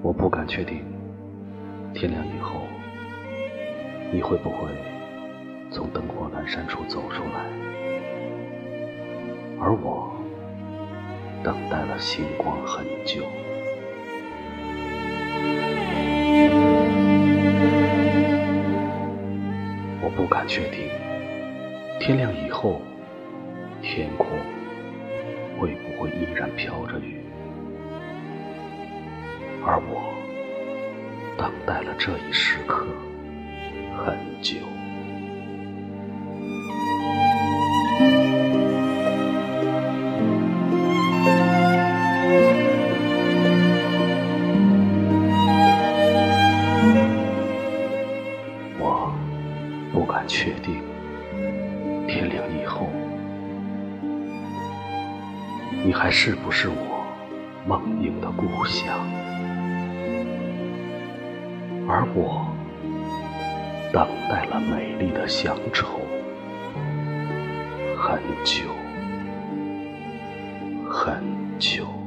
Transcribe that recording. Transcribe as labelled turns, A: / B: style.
A: 我不敢确定，天亮以后，你会不会从灯火阑珊处走出来？而我等待了星光很久。我不敢确定，天亮以后，天空会不会依然飘着雨？而我等待了这一时刻很久。我不敢确定，天亮以后，你还是不是我梦萦的故乡？而我等待了美丽的乡愁很久很久。